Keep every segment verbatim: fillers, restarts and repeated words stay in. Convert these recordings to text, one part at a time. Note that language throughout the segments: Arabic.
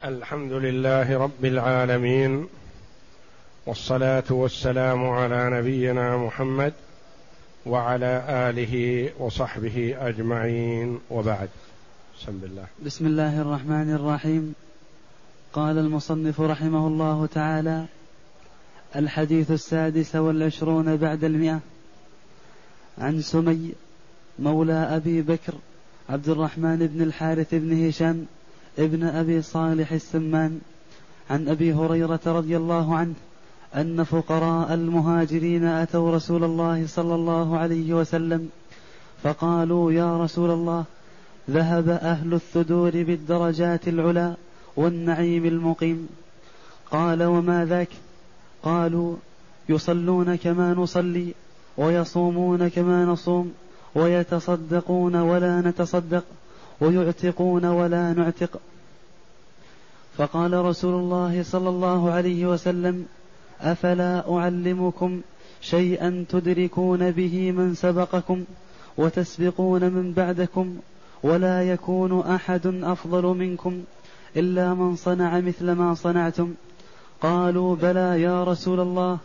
الحمد لله رب العالمين، والصلاة والسلام على نبينا محمد وعلى آله وصحبه أجمعين، وبعد. بسم الله بسم الله الرحمن الرحيم. قال المصنف رحمه الله تعالى: الحديث السادس والعشرون بعد المئة. عن سمي مولى أبي بكر عبد الرحمن بن الحارث بن هشام ابن أبي صالح السمان عن أبي هريرة رضي الله عنه أن فقراء المهاجرين أتوا رسول الله صلى الله عليه وسلم فقالوا: يا رسول الله، ذهب أهل الثدور بالدرجات العلا والنعيم المقيم. قال: وما ذاك؟ قالوا: يصلون كما نصلي، ويصومون كما نصوم، ويتصدقون ولا نتصدق، ويعتقون ولا نعتق. فقال رسول الله صلى الله عليه وسلم: أفلا أعلمكم شيئا تدركون به من سبقكم وتسبقون من بعدكم، ولا يكون أحد أفضل منكم إلا من صنع مثل ما صنعتم؟ قالوا: بلى يا رسول الله.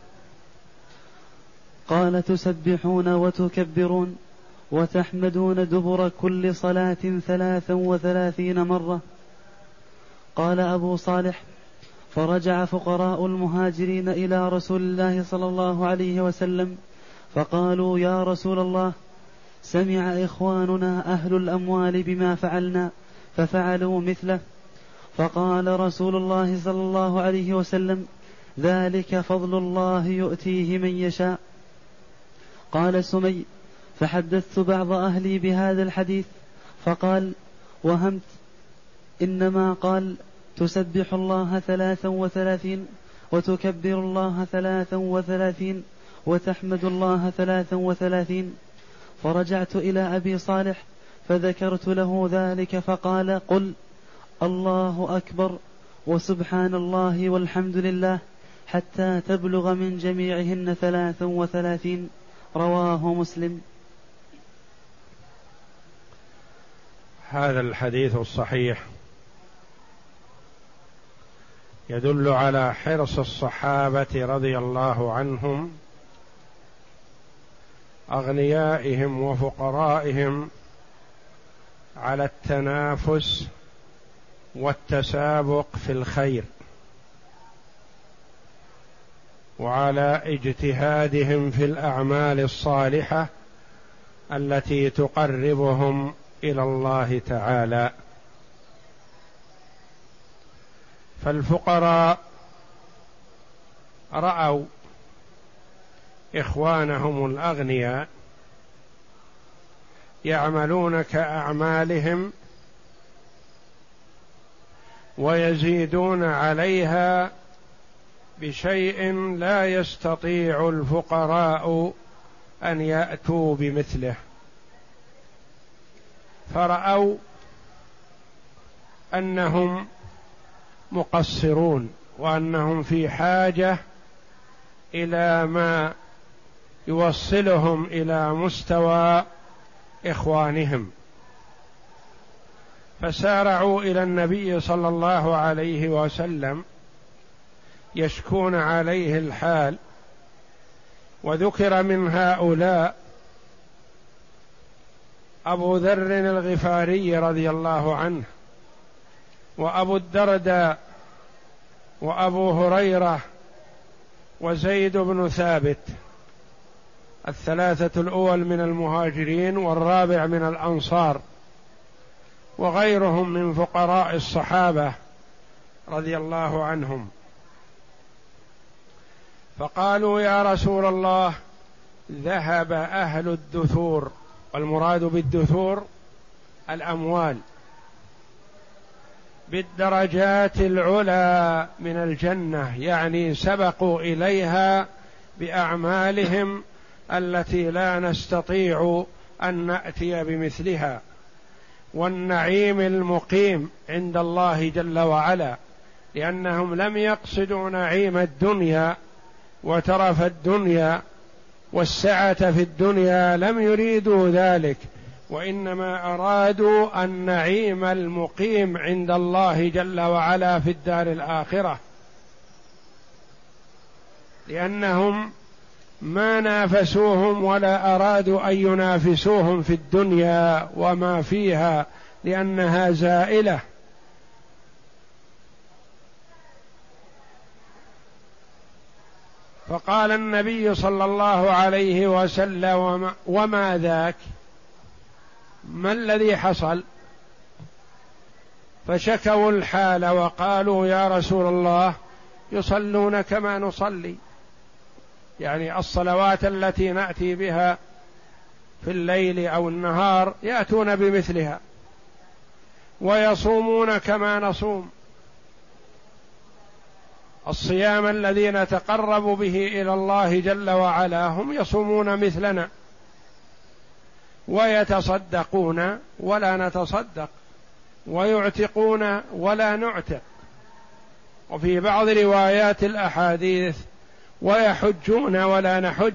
قال: تسبحون وتكبرون وتحمدون دبر كل صلاة ثلاثا وثلاثين مرة. قال أبو صالح: فرجع فقراء المهاجرين إلى رسول الله صلى الله عليه وسلم فقالوا: يا رسول الله، سمع إخواننا أهل الأموال بما فعلنا ففعلوا مثله. فقال رسول الله صلى الله عليه وسلم: ذلك فضل الله يؤتيه من يشاء. قال سمي: فحدثت بعض أهلي بهذا الحديث فقال: وهمت، إنما قال: تسبح الله ثلاثا وثلاثين، وتكبر الله ثلاثا وثلاثين، وتحمد الله ثلاثا وثلاثين. فرجعت إلى أبي صالح فذكرت له ذلك فقال: قل الله أكبر وسبحان الله والحمد لله حتى تبلغ من جميعهن ثلاثا وثلاثين. رواه مسلم. هذا الحديث الصحيح يدل على حرص الصحابة رضي الله عنهم، أغنيائهم وفقرائهم، على التنافس والتسابق في الخير، وعلى اجتهادهم في الأعمال الصالحة التي تقربهم إلى الله تعالى. فالفقراء رأوا إخوانهم الأغنياء يعملون كأعمالهم ويزيدون عليها بشيء لا يستطيع الفقراء أن يأتوا بمثله، فرأوا أنهم مقصرون وأنهم في حاجة إلى ما يوصلهم إلى مستوى إخوانهم، فسارعوا إلى النبي صلى الله عليه وسلم يشكون عليه الحال. وذكر من هؤلاء أبو ذر الغفاري رضي الله عنه، وأبو الدرداء، وأبو هريرة، وزيد بن ثابت، الثلاثة الأول من المهاجرين والرابع من الأنصار، وغيرهم من فقراء الصحابة رضي الله عنهم. فقالوا: يا رسول الله، ذهب أهل الدثور، والمراد بالدثور الأموال، بالدرجات العلى من الجنة، يعني سبقوا إليها بأعمالهم التي لا نستطيع أن نأتي بمثلها، والنعيم المقيم عند الله جل وعلا، لأنهم لم يقصدوا نعيم الدنيا وترف الدنيا والسعة في الدنيا، لم يريدوا ذلك، وإنما أرادوا النعيم المقيم عند الله جل وعلا في الدار الآخرة، لأنهم ما نافسوهم ولا أرادوا أن ينافسوهم في الدنيا وما فيها، لأنها زائلة. فقال النبي صلى الله عليه وسلم: وما ذاك؟ ما الذي حصل؟ فشكوا الحال وقالوا: يا رسول الله، يصلون كما نصلي، يعني الصلوات التي نأتي بها في الليل أو النهار يأتون بمثلها، ويصومون كما نصوم، الصيام الذي نتقرب به إلى الله جل وعلا هم يصومون مثلنا، ويتصدقون ولا نتصدق، ويعتقون ولا نعتق، وفي بعض روايات الأحاديث: ويحجون ولا نحج.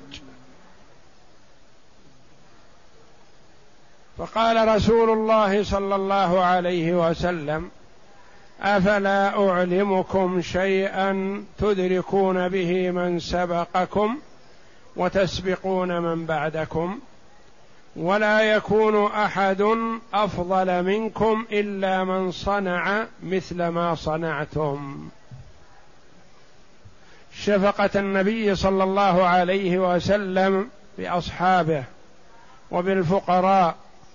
فقال رسول الله صلى الله عليه وسلم: أفلا أعلمكم شيئا تدركون به من سبقكم وتسبقون من بعدكم، ولا يكون أحد أفضل منكم إلا من صنع مثل ما صنعتم. شفقة النبي صلى الله عليه وسلم بأصحابه وبالفقراء،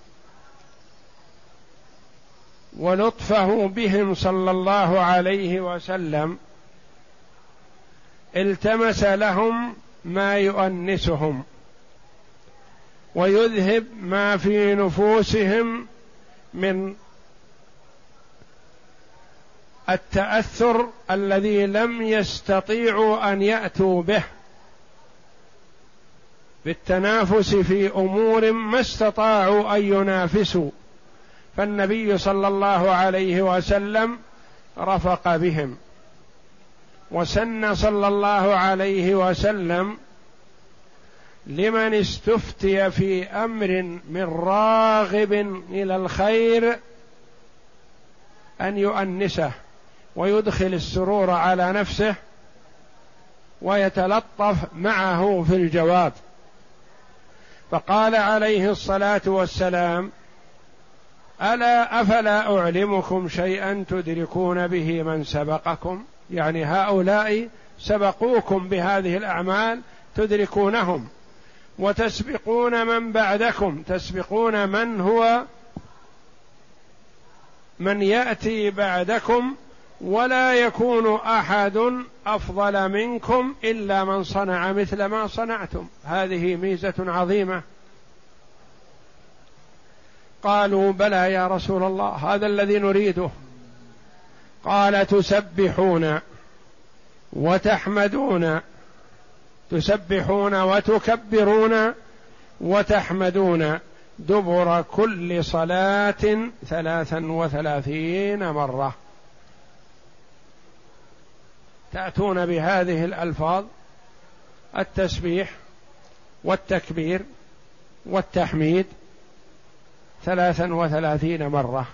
ولطفه بهم صلى الله عليه وسلم، التمس لهم ما يؤنسهم ويذهب ما في نفوسهم من التأثر الذي لم يستطيعوا أن يأتوا به بالتنافس في أمور ما استطاعوا أن ينافسوا. فالنبي صلى الله عليه وسلم رفق بهم، وسن صلى الله عليه وسلم لمن استفتي في أمر من راغب إلى الخير أن يؤنسه ويدخل السرور على نفسه ويتلطف معه في الجواب. فقال عليه الصلاة والسلام: ألا أفلا أعلمكم شيئا تدركون به من سبقكم، يعني هؤلاء سبقوكم بهذه الأعمال تدركونهم، وتسبقون من بعدكم، تسبقون من هو من يأتي بعدكم، ولا يكون أحد أفضل منكم إلا من صنع مثل ما صنعتم. هذه ميزة عظيمة. قالوا: بلى يا رسول الله، هذا الذي نريده. قال: تسبحون وتحمدون، تسبحون وتكبرون وتحمدون دبر كل صلاة ثلاثا وثلاثين مرة. تأتون بهذه الألفاظ: التسبيح والتكبير والتحميد ثلاثا وثلاثين مرة.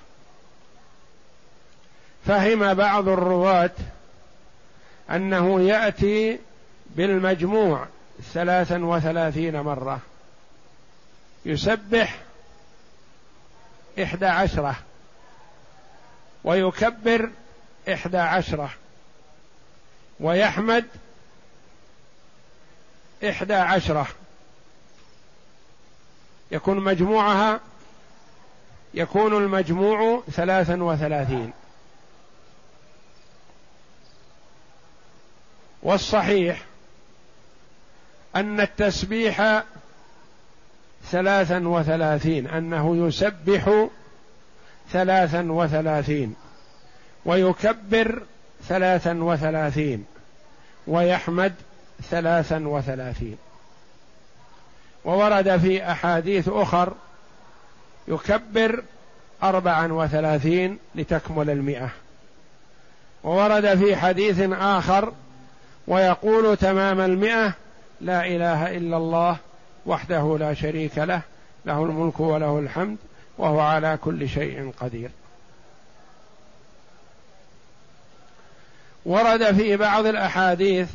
فهم بعض الرواة أنه يأتي بالمجموع ثلاثا وثلاثين مرة، يسبح إحدى عشرة ويكبر إحدى عشرة ويحمد إحدى عشرة، يكون مجموعها يكون المجموع ثلاثا وثلاثين. والصحيح أن التسبيح ثلاثا وثلاثين، أنه يسبح ثلاثا وثلاثين ويكبر ثلاثا وثلاثين ويحمد ثلاثا وثلاثين. وورد في أحاديث أخر يكبر أربعا وثلاثين لتكمل المئة. وورد في حديث آخر ويقول تمام المئة: لا إله إلا الله وحده لا شريك له، له الملك وله الحمد وهو على كل شيء قدير. ورد في بعض الأحاديث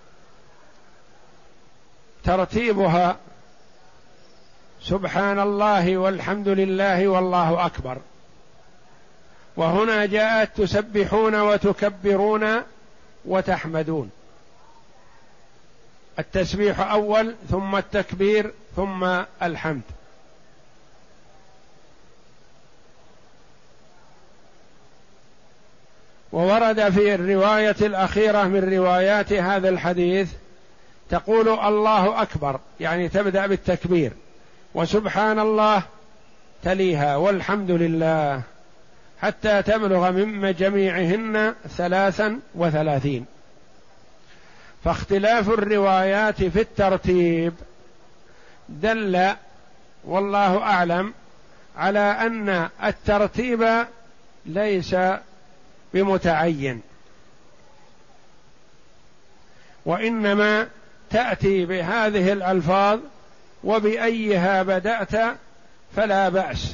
ترتيبها سبحان الله والحمد لله والله أكبر، وهنا جاءت تسبحون وتكبرون وتحمدون، التسبيح أول ثم التكبير ثم الحمد. وورد في الرواية الأخيرة من روايات هذا الحديث تقول الله أكبر، يعني تبدأ بالتكبير، وسبحان الله تليها، والحمد لله، حتى تبلغ من جميعهن ثلاثا وثلاثين. فاختلاف الروايات في الترتيب دل والله أعلم على أن الترتيب ليس بمتعين، وإنما تأتي بهذه الألفاظ وبأيها بدأت فلا بأس.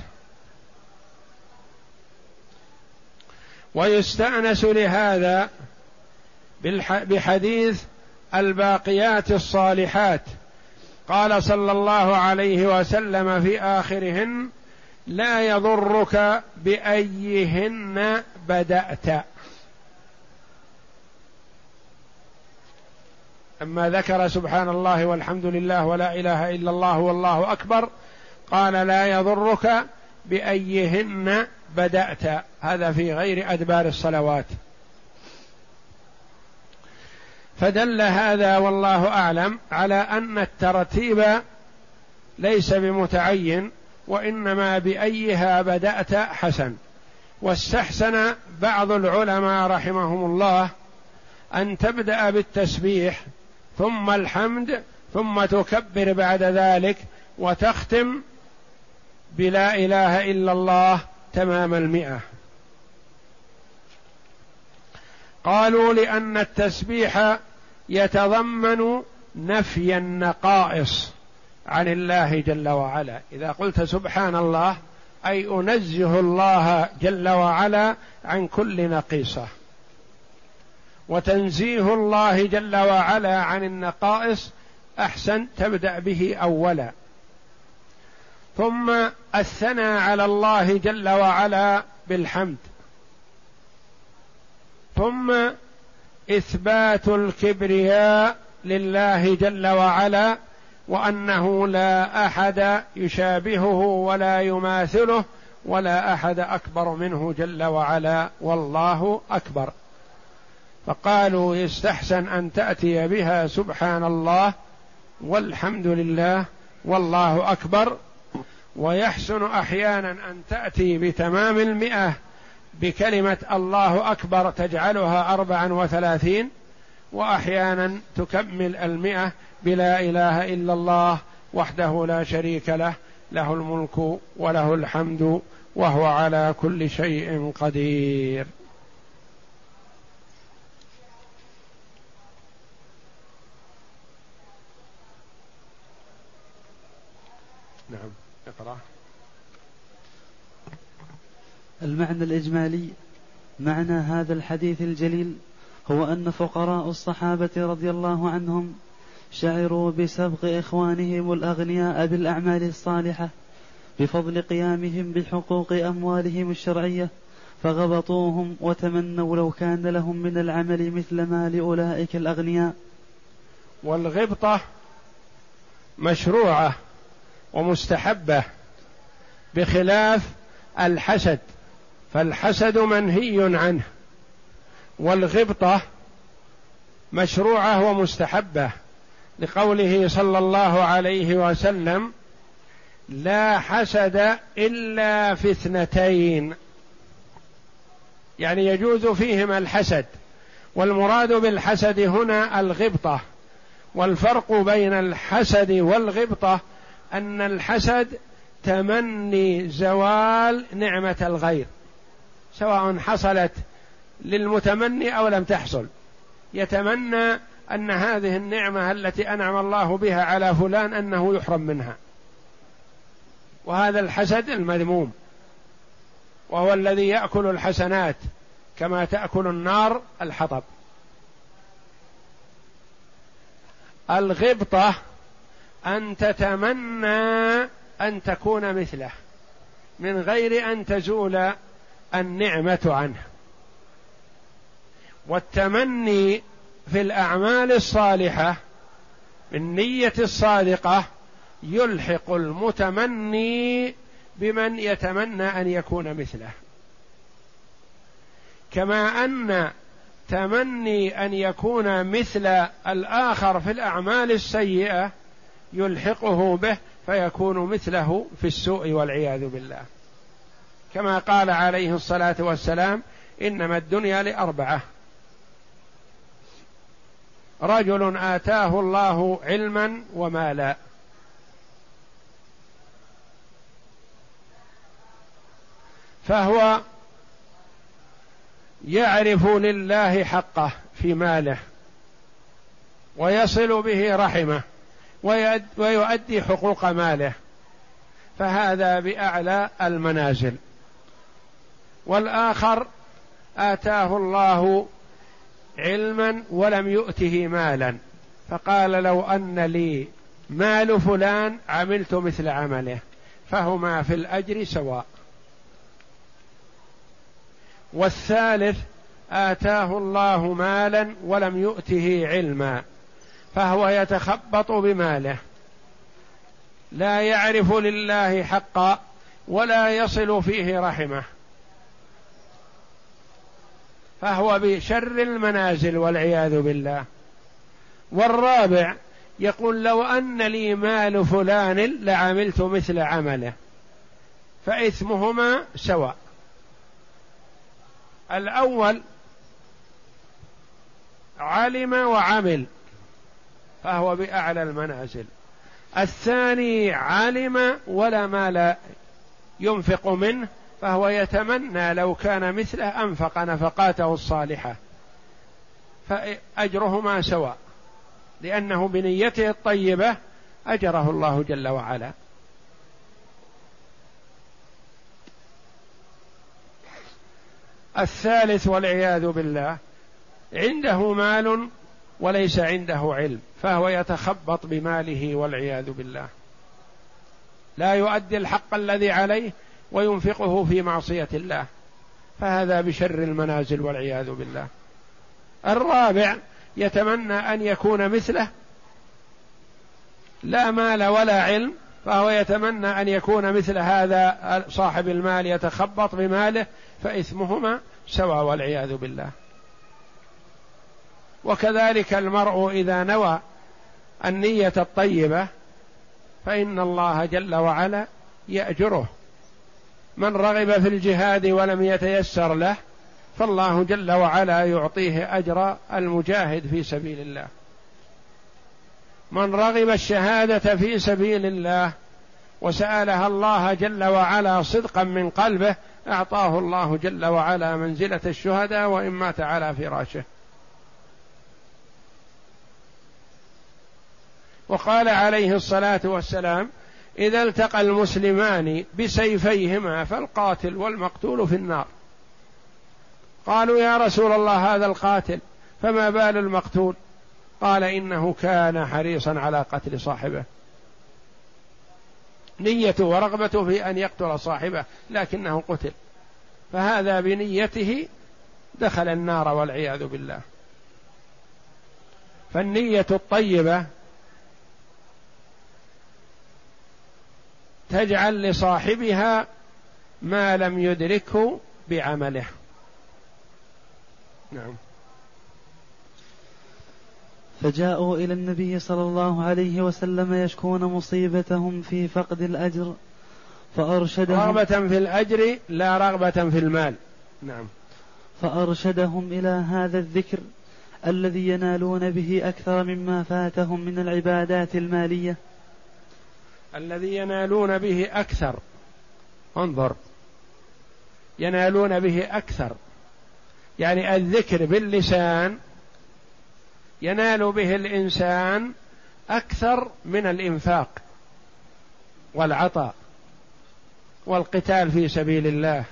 ويستأنس لهذا بحديث الباقيات الصالحات، قال صلى الله عليه وسلم في آخرهن لا يضرك بأيهن بدأت. أما ذكر سبحان الله والحمد لله ولا إله إلا الله والله أكبر قال لا يضرك بأيهن بدأت، هذا في غير أدبار الصلوات. فدل هذا والله أعلم على أن الترتيب ليس بمتعين، وإنما بأيها بدأت حسن. واستحسن بعض العلماء رحمهم الله أن تبدأ بالتسبيح ثم الحمد ثم تكبر بعد ذلك، وتختم بلا إله إلا الله تمام المئة. قالوا لأن التسبيح يتضمن نفي النقائص عن الله جل وعلا. إذا قلت سبحان الله أي أنزه الله جل وعلا عن كل نقيصة، وتنزيه الله جل وعلا عن النقائص أحسن تبدأ به أولا، ثم الثناء على الله جل وعلا بالحمد، ثم إثبات الكبرياء لله جل وعلا، وأنه لا أحد يشابهه ولا يماثله ولا أحد أكبر منه جل وعلا والله أكبر. فقالوا يستحسن أن تأتي بها سبحان الله والحمد لله والله أكبر، ويحسن أحيانا أن تأتي بتمام المئة بكلمة الله أكبر تجعلها أربعا وثلاثين، وأحيانا تكمل المئة بلا إله إلا الله وحده لا شريك له، له الملك وله الحمد وهو على كل شيء قدير. نعم اقرأ. المعنى الإجمالي معنى هذا الحديث الجليل هو أن فقراء الصحابة رضي الله عنهم شعروا بسبق إخوانهم الأغنياء بالأعمال الصالحة بفضل قيامهم بحقوق أموالهم الشرعية، فغبطوهم وتمنوا لو كان لهم من العمل مثل ما لأولئك الأغنياء. والغبطة مشروعة ومستحبة بخلاف الحسد، فالحسد منهي عنه، والغبطة مشروعة ومستحبة، لقوله صلى الله عليه وسلم لا حسد إلا في اثنتين، يعني يجوز فيهما الحسد، والمراد بالحسد هنا الغبطة. والفرق بين الحسد والغبطة أن الحسد تمني زوال نعمة الغير، سواء حصلت للمتمني أو لم تحصل، يتمنى أن هذه النعمة التي أنعم الله بها على فلان أنه يحرم منها. وهذا الحسد المذموم، وهو الذي يأكل الحسنات كما تأكل النار الحطب. الغبطة أن تتمنى أن تكون مثله من غير أن تزول النعمة عنه. والتمني في الأعمال الصالحة بالنية الصادقة يلحق المتمني بمن يتمنى أن يكون مثله، كما أن تمني أن يكون مثل الآخر في الأعمال السيئة يلحقه به فيكون مثله في السوء والعياذ بالله، كما قال عليه الصلاة والسلام: إنما الدنيا لأربعة: رجل آتاه الله علما ومالا، فهو يعرف لله حقه في ماله ويصل به رحمه ويؤدي حقوق ماله، فهذا بأعلى المنازل. والآخر آتاه الله علما ولم يؤته مالا، فقال: لو أن لي مال فلان عملت مثل عمله، فهما في الأجر سواء. والثالث آتاه الله مالا ولم يؤته علما، فهو يتخبط بماله، لا يعرف لله حقا ولا يصل فيه رحمه، فهو بشر المنازل والعياذ بالله. والرابع يقول: لو أن لي مال فلان لعملت مثل عمله، فإثمهما سواء. الأول علم وعمل فهو بأعلى المنازل، الثاني علم ولا مال ينفق منه، فهو يتمنى لو كان مثله أنفق نفقاته الصالحة، فأجرهما سواء، لأنه بنيته الطيبة أجره الله جل وعلا. الثالث والعياذ بالله عنده مال وليس عنده علم، فهو يتخبط بماله والعياذ بالله، لا يؤدي الحق الذي عليه وينفقه في معصية الله، فهذا بشر المنازل والعياذ بالله. الرابع يتمنى أن يكون مثله، لا مال ولا علم، فهو يتمنى أن يكون مثل هذا صاحب المال، يتخبط بماله، فإثمهما سواء والعياذ بالله. وكذلك المرء إذا نوى النية الطيبة فإن الله جل وعلا يأجره. من رغب في الجهاد ولم يتيسر له فالله جل وعلا يعطيه أجر المجاهد في سبيل الله. من رغب الشهادة في سبيل الله وسألها الله جل وعلا صدقا من قلبه أعطاه الله جل وعلا منزلة الشهداء وإن مات على فراشه. وقال عليه الصلاة والسلام: إذا التقى المسلمان بسيفيهما فالقاتل والمقتول في النار. قالوا: يا رسول الله هذا القاتل، فما بال المقتول؟ قال: إنه كان حريصا على قتل صاحبه، نيته ورغبته في أن يقتل صاحبه لكنه قتل، فهذا بنيته دخل النار والعياذ بالله. فالنية الطيبة تجعل لصاحبها ما لم يدركه بعمله. نعم. فجاءوا إلى النبي صلى الله عليه وسلم يشكون مصيبتهم في فقد الأجر فأرشدهم، رغبة في الأجر لا رغبة في المال. نعم. فأرشدهم إلى هذا الذكر الذي ينالون به أكثر مما فاتهم من العبادات المالية، الذي ينالون به أكثر. انظر، ينالون به أكثر، يعني الذكر باللسان ينال به الإنسان أكثر من الإنفاق والعطاء، والقتال في سبيل الله.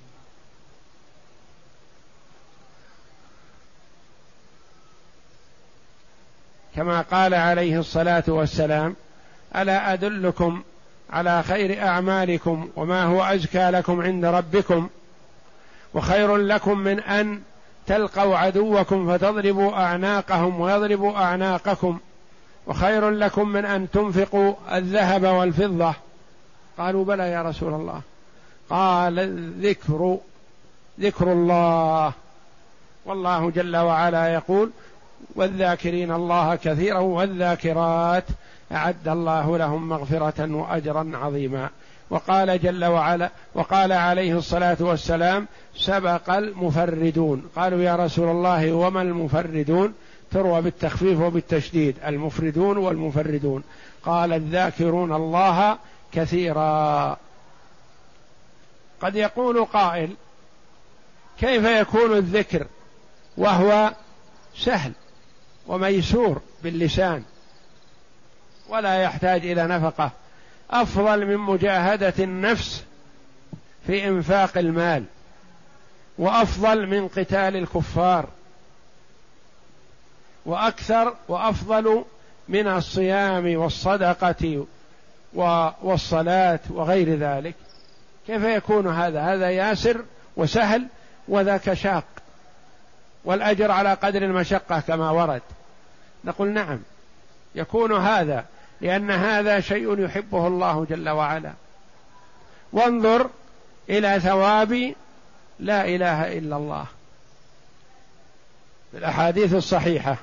كما قال عليه الصلاة والسلام: ألا أدلكم على خير أعمالكم وما هو أزكى لكم عند ربكم وخير لكم من أن تلقوا عدوكم فتضربوا أعناقهم ويضربوا أعناقكم وخير لكم من أن تنفقوا الذهب والفضة. قالوا: بلى يا رسول الله. قال: ذكر ذكر الله، والله جل وعلا يقول: والذاكرين الله كثيرا والذاكرات أعد الله لهم مغفرة وأجرا عظيما. وقال جل وعلا وقال عليه الصلاة والسلام: سبق المفردون. قالوا: يا رسول الله وما المفردون؟ تروى بالتخفيف وبالتشديد: المفردون والمفردون. قال: الذاكرون الله كثيرا. قد يقول قائل: كيف يكون الذكر وهو سهل وميسور باللسان ولا يحتاج إلى نفقة، أفضل من مجاهدة النفس في إنفاق المال، وأفضل من قتال الكفار، وأكثر وأفضل من الصيام والصدقة والصلاة وغير ذلك؟ كيف يكون هذا؟ هذا ياسر وسهل وذاك شاق، والأجر على قدر المشقة كما ورد. نقول: نعم، يكون هذا لأن هذا شيء يحبه الله جل وعلا. وانظر إلى ثواب لا إله إلا الله في الأحاديث الصحيحة،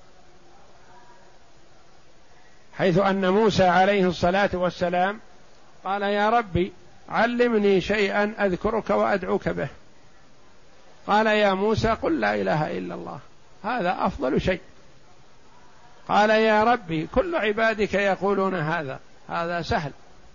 حيث أن موسى عليه الصلاة والسلام قال: يا ربي علمني شيئا أذكرك وأدعوك به. قال: يا موسى قل لا إله إلا الله، هذا أفضل شيء. قال: يا ربي كل عبادك يقولون هذا، هذا سهل.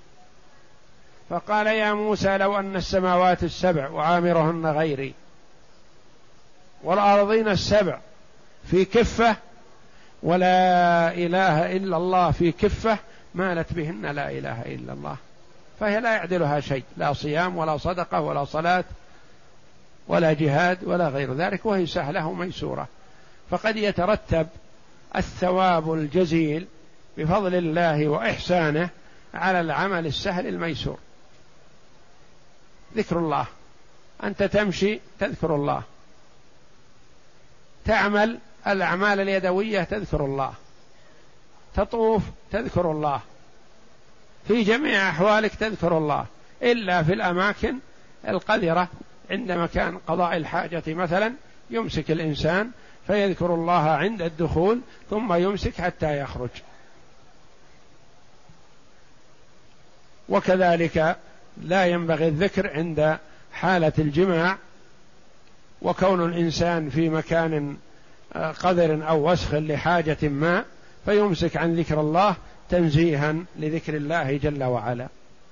فقال: يا موسى لو أن السماوات السبع وعامرهن غيري والأرضين السبع في كفة ولا إله إلا الله في كفة مالت بهن لا إله إلا الله. فهي لا يعدلها شيء، لا صيام ولا صدقة ولا صلاة ولا جهاد ولا غير ذلك، وهي سهلة وميسورة. فقد يترتب الثواب الجزيل بفضل الله وإحسانه على العمل السهل الميسور. ذكر الله، أنت تمشي تذكر الله، تعمل الأعمال اليدوية تذكر الله، تطوف تذكر الله، في جميع أحوالك تذكر الله، إلا في الأماكن القذرة عند مكان قضاء الحاجة مثلا يمسك الإنسان فيذكر الله عند الدخول ثم يمسك حتى يخرج. وكذلك لا ينبغي الذكر عند حالة الجماع، وكون الإنسان في مكان قذر أو وسخ لحاجة ما فيمسك عن ذكر الله تنزيها لذكر الله جل وعلا،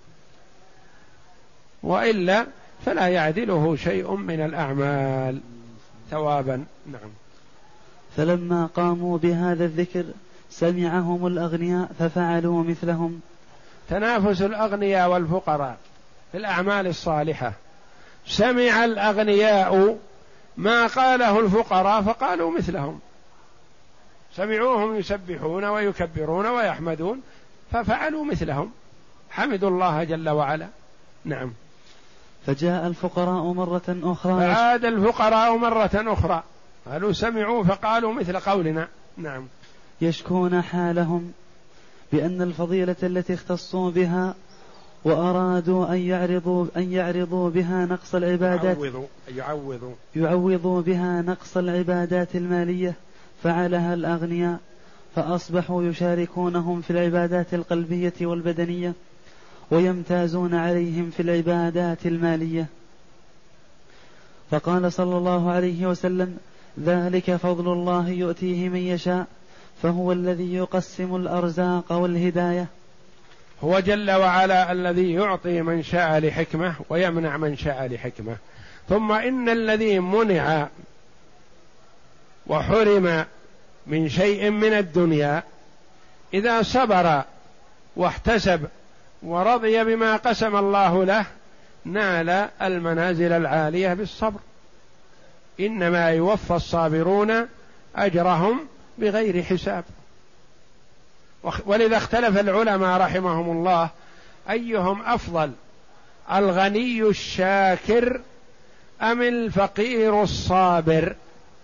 وإلا فلا يعدله شيء من الأعمال ثوابا. نعم. فلما قاموا بهذا الذكر سمعهم الأغنياء ففعلوا مثلهم. تنافس الأغنياء والفقراء في الأعمال الصالحة. سمع الأغنياء ما قاله الفقراء فقالوا مثلهم، سمعوهم يسبحون ويكبرون ويحمدون ففعلوا مثلهم، حمدوا الله جل وعلا. نعم. فجاء الفقراء مرة أخرى، فعاد الفقراء مرة أخرى قالوا سمعوا فقالوا مثل قولنا. نعم. يشكون حالهم بأن الفضيلة التي اختصوا بها وأرادوا أن يعرضوا أن يعرضوا بها نقص العبادات يعوضوا يعوضوا يعوضوا بها نقص العبادات المالية فعلها الأغنياء، فأصبحوا يشاركونهم في العبادات القلبية والبدنية ويمتازون عليهم في العبادات المالية. فقال صلى الله عليه وسلم: ذلك فضل الله يؤتيه من يشاء، فهو الذي يقسم الأرزاق والهداية. هو جل وعلا الذي يعطي من شاء لحكمة ويمنع من شاء لحكمة. ثم إن الذي منع وحرم من شيء من الدنيا إذا صبر واحتسب ورضي بما قسم الله له نال المنازل العالية بالصبر. إنما يوفى الصابرون أجرهم بغير حساب. ولذا اختلف العلماء رحمهم الله أيهم أفضل، الغني الشاكر أم الفقير الصابر؟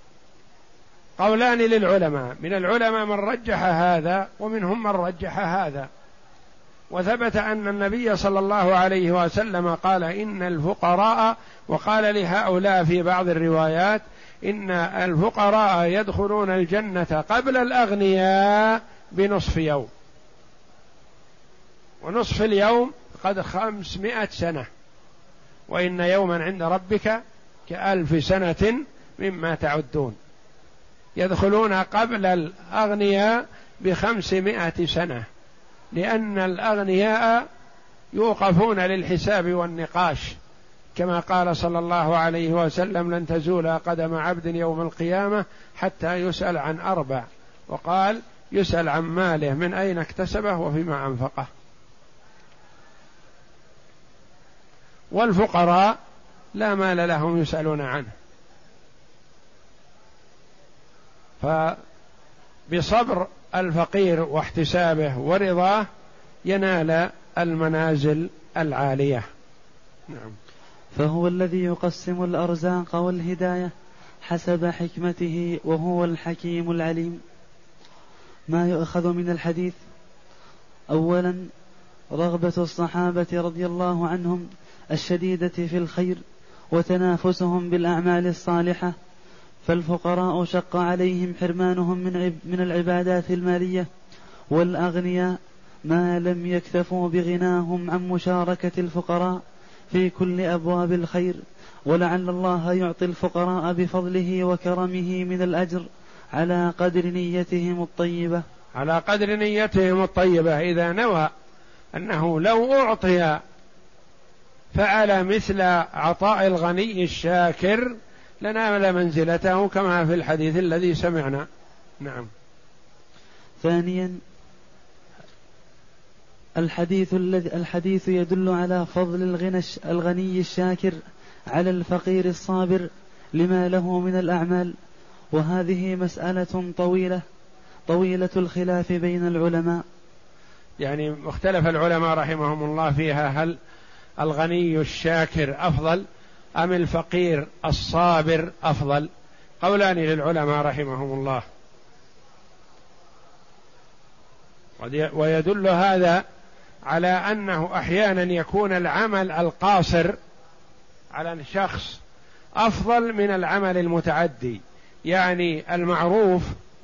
قولان للعلماء، من العلماء من رجح هذا ومنهم من رجح هذا. وثبت أن النبي صلى الله عليه وسلم قال إن الفقراء، وقال لهؤلاء في بعض الروايات إن الفقراء يدخلون الجنة قبل الأغنياء بنصف يوم، ونصف اليوم قد خمسمائة سنة، وإن يوما عند ربك كألف سنة مما تعدون. يدخلون قبل الأغنياء بخمسمائة سنة، لأن الأغنياء يوقفون للحساب والنقاش، كما قال صلى الله عليه وسلم لن تزول قدم عبد يوم القيامة حتى يسأل عن أربع، وقال يسأل عن ماله من أين اكتسبه وفيما أنفقه. والفقراء لا مال لهم يسألون عنه، فبصبر الفقير واحتسابه ورضاه ينال المنازل العالية. نعم. فهو الذي يقسم الأرزاق والهداية حسب حكمته، وهو الحكيم العليم. ما يؤخذ من الحديث: أولا رغبة الصحابة رضي الله عنهم الشديدة في الخير وتنافسهم بالأعمال الصالحة، فالفقراء شق عليهم حرمانهم من من العبادات المالية، والأغنياء ما لم يكتفوا بغناهم عن مشاركة الفقراء في كل أبواب الخير، ولعل الله يعطي الفقراء بفضله وكرمه من الأجر على قدر نيتهم الطيبة. على قدر نيتهم الطيبة، إذا نوى أنه لو أعطي فعل مثل عطاء الغني الشاكر لنال منزلته كما في الحديث الذي سمعنا. نعم. ثانيا الحديث الذي الحديث يدل على فضل الغنى الغني الشاكر على الفقير الصابر لما له من الأعمال، وهذه مسألة طويلة طويلة الخلاف بين العلماء. يعني مختلف العلماء رحمهم الله فيها، هل الغني الشاكر أفضل أم الفقير الصابر أفضل؟ قولان للعلماء رحمهم الله. ويدل هذا على أنه أحيانا يكون العمل القاصر على الشخص أفضل من العمل المتعدي. يعني المعروف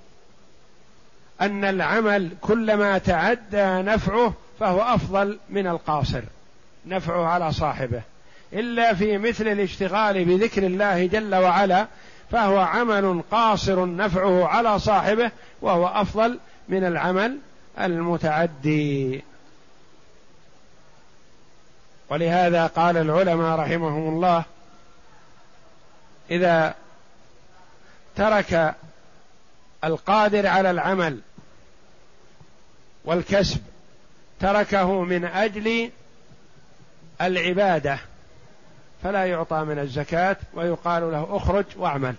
أن العمل كلما تعدى نفعه فهو أفضل من القاصر نفعه على صاحبه، إلا في مثل الاشتغال بذكر الله جل وعلا فهو عمل قاصر نفعه على صاحبه وهو أفضل من العمل المتعدي. ولهذا قال العلماء رحمهم الله: إذا ترك القادر على العمل والكسب تركه من أجل العبادة فلا يعطى من الزكاة ويقال له اخرج واعمل.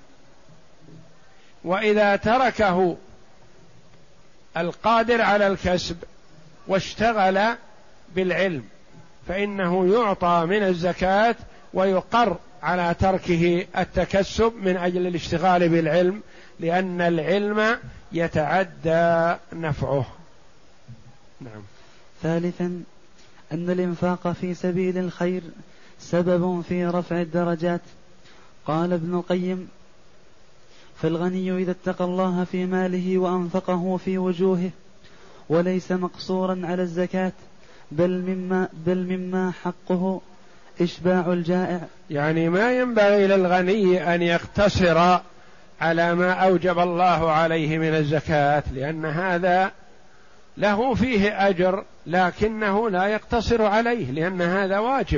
وإذا تركه القادر على الكسب واشتغل بالعلم فإنه يعطى من الزكاة ويقر على تركه التكسب من أجل الاشتغال بالعلم، لأن العلم يتعدى نفعه. نعم. ثالثا أن الإنفاق في سبيل الخير سبب في رفع الدرجات. قال ابن القيم: فالغني إذا اتقى الله في ماله وأنفقه في وجوهه وليس مقصورا على الزكاة بل مما, بل مما حقه إشباع الجائع. يعني ما ينبغي للغني أن يقتصر على ما أوجب الله عليه من الزكاة، لأن هذا له فيه أجر لكنه لا يقتصر عليه، لأن هذا واجب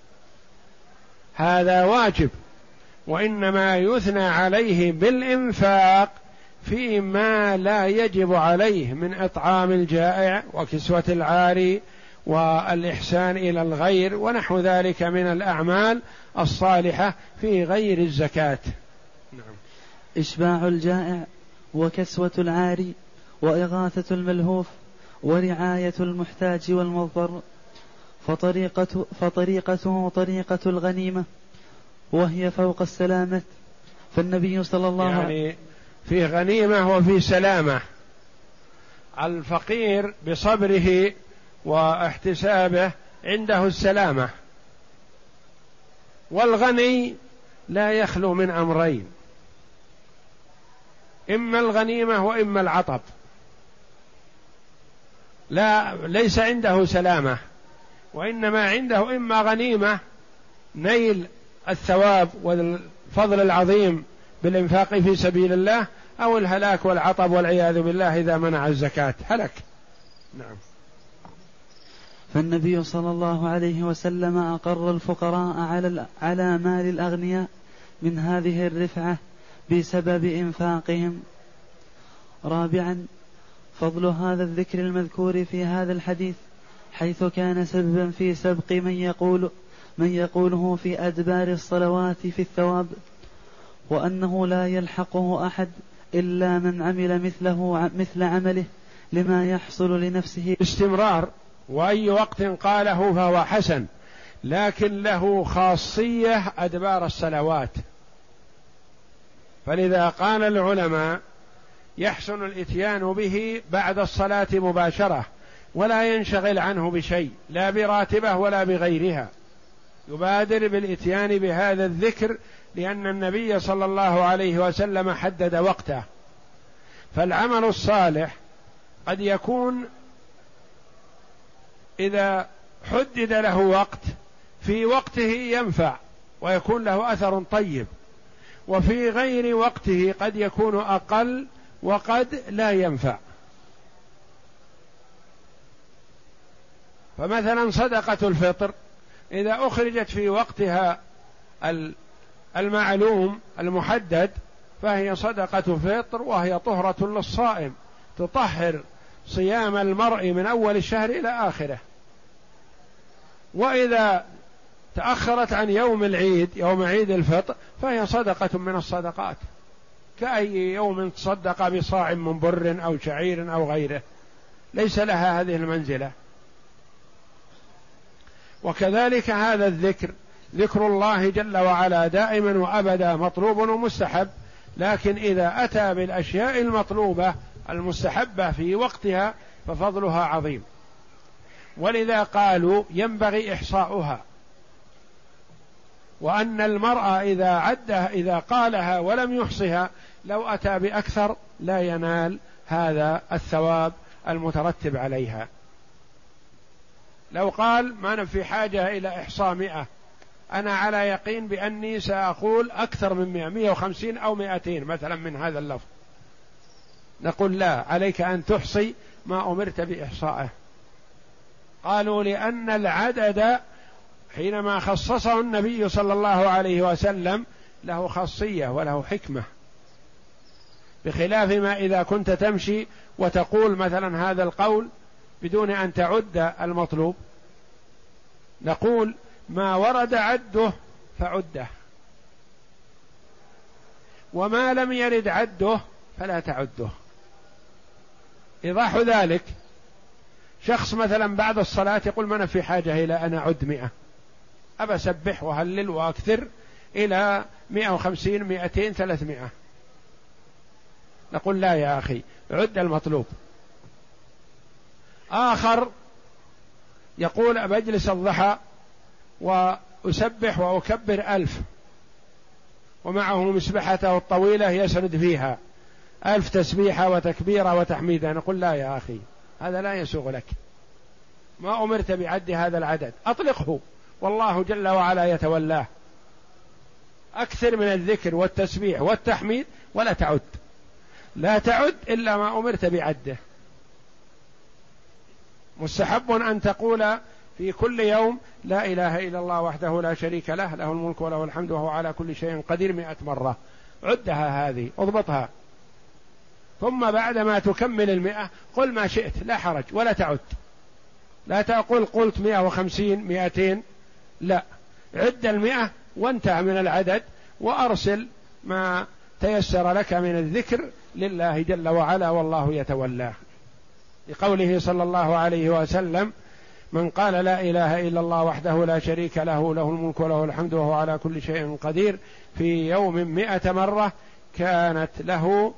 هذا واجب وإنما يثنى عليه بالإنفاق فيما لا يجب عليه من إطعام الجائع وكسوة العاري والإحسان إلى الغير ونحو ذلك من الأعمال الصالحة في غير الزكاة. نعم. إشباع الجائع وكسوة العاري وإغاثة الملهوف ورعاية المحتاج والمضطر، فطريقة فطريقته طريقة الغنيمة وهي فوق السلامة. فالنبي صلى الله عليه وسلم يعني فيه غنيمة وفيه سلامة. الفقير بصبره واحتسابه عنده السلامة، والغني لا يخلو من أمرين: إما الغنيمة وإما العطب. لا ليس عنده سلامة، وإنما عنده إما غنيمة نيل الثواب والفضل العظيم بالإنفاق في سبيل الله، أو الهلاك والعطب والعياذ بالله إذا منع الزكاة هلك. نعم. فالنبي صلى الله عليه وسلم أقر الفقراء على على مال الأغنياء من هذه الرفعة بسبب إنفاقهم. رابعا، فضل هذا الذكر المذكور في هذا الحديث، حيث كان سببا في سبق من يقول من يقوله في أدبار الصلوات في الثواب، وأنه لا يلحقه أحد إلا من عمل مثله مثل عمله لما يحصل لنفسه استمرار. وأي وقت قاله فهو حسن، لكن له خاصية أدبار الصلوات. فلذا قال العلماء يحسن الإتيان به بعد الصلاة مباشرة، ولا ينشغل عنه بشيء، لا براتبه ولا بغيرها، يبادر بالإتيان بهذا الذكر، لأن النبي صلى الله عليه وسلم حدد وقته. فالعمل الصالح قد يكون إذا حدد له وقت في وقته ينفع ويكون له أثر طيب، وفي غير وقته قد يكون أقل وقد لا ينفع. فمثلا صدقة الفطر إذا أخرجت في وقتها المعلوم المحدد فهي صدقة فطر، وهي طهرة للصائم، تطهر صيام المرء من أول الشهر إلى آخره. وإذا تأخرت عن يوم العيد، يوم عيد الفطر، فهي صدقة من الصدقات، كأي يوم تصدق بصاع من بر أو شعير أو غيره، ليس لها هذه المنزلة. وكذلك هذا الذكر، ذكر الله جل وعلا دائما وأبدا مطلوب ومستحب، لكن إذا أتى بالأشياء المطلوبة المستحبة في وقتها ففضلها عظيم. ولذا قالوا ينبغي إحصاؤها، وأن المرأة إذا عدها إذا قالها ولم يحصها لو أتى بأكثر لا ينال هذا الثواب المترتب عليها. لو قال ما أنا في حاجة إلى إحصاء مئة، أنا على يقين بأني سأقول أكثر من مئة، مئة وخمسين أو مئتين مثلا من هذا اللفظ، نقول لا، عليك أن تحصي ما أمرت بإحصائه. قالوا لأن العدد حينما خصصه النبي صلى الله عليه وسلم له خاصية وله حكمة، بخلاف ما إذا كنت تمشي وتقول مثلا هذا القول بدون أن تعد المطلوب. نقول ما ورد عده فعده، وما لم يرد عده فلا تعده. إيضاح ذلك: شخص مثلا بعد الصلاة يقول ما أنا في حاجة إلى أن أعد مئة، أبى أسبح وهلل وأكثر إلى مئة وخمسين مئتين ثلاثمائة، نقول لا يا أخي، عد المطلوب. آخر يقول بجلس الضحى وأسبح وأكبر ألف، ومعه مسبحته الطويلة يسرد فيها ألف تسبيحة وتكبيرة وتحميدة، نقول لا يا أخي، هذا لا يسوغ لك، ما أمرت بعد هذا العدد، أطلقه والله جل وعلا يتولاه. أكثر من الذكر والتسبيح والتحميد ولا تعد، لا تعد إلا ما أمرت بعده. مستحب أن تقول في كل يوم لا إله إلا الله وحده لا شريك له، له الملك وله الحمد وهو على كل شيء قدير مئة مرة، عدها هذه، اضبطها. ثم بعدما تكمل المئة قل ما شئت، لا حرج ولا تعد. لا تقول قلت مئة وخمسين مئتين، لا، عد المئة وانتهى من العدد وأرسل ما تيسر لك من الذكر لله جل وعلا والله يتولاه، لقوله صلى الله عليه وسلم: من قال لا إله إلا الله وحده لا شريك له له الملك وله الحمد وهو على كل شيء قدير في يوم مئة مرة كانت له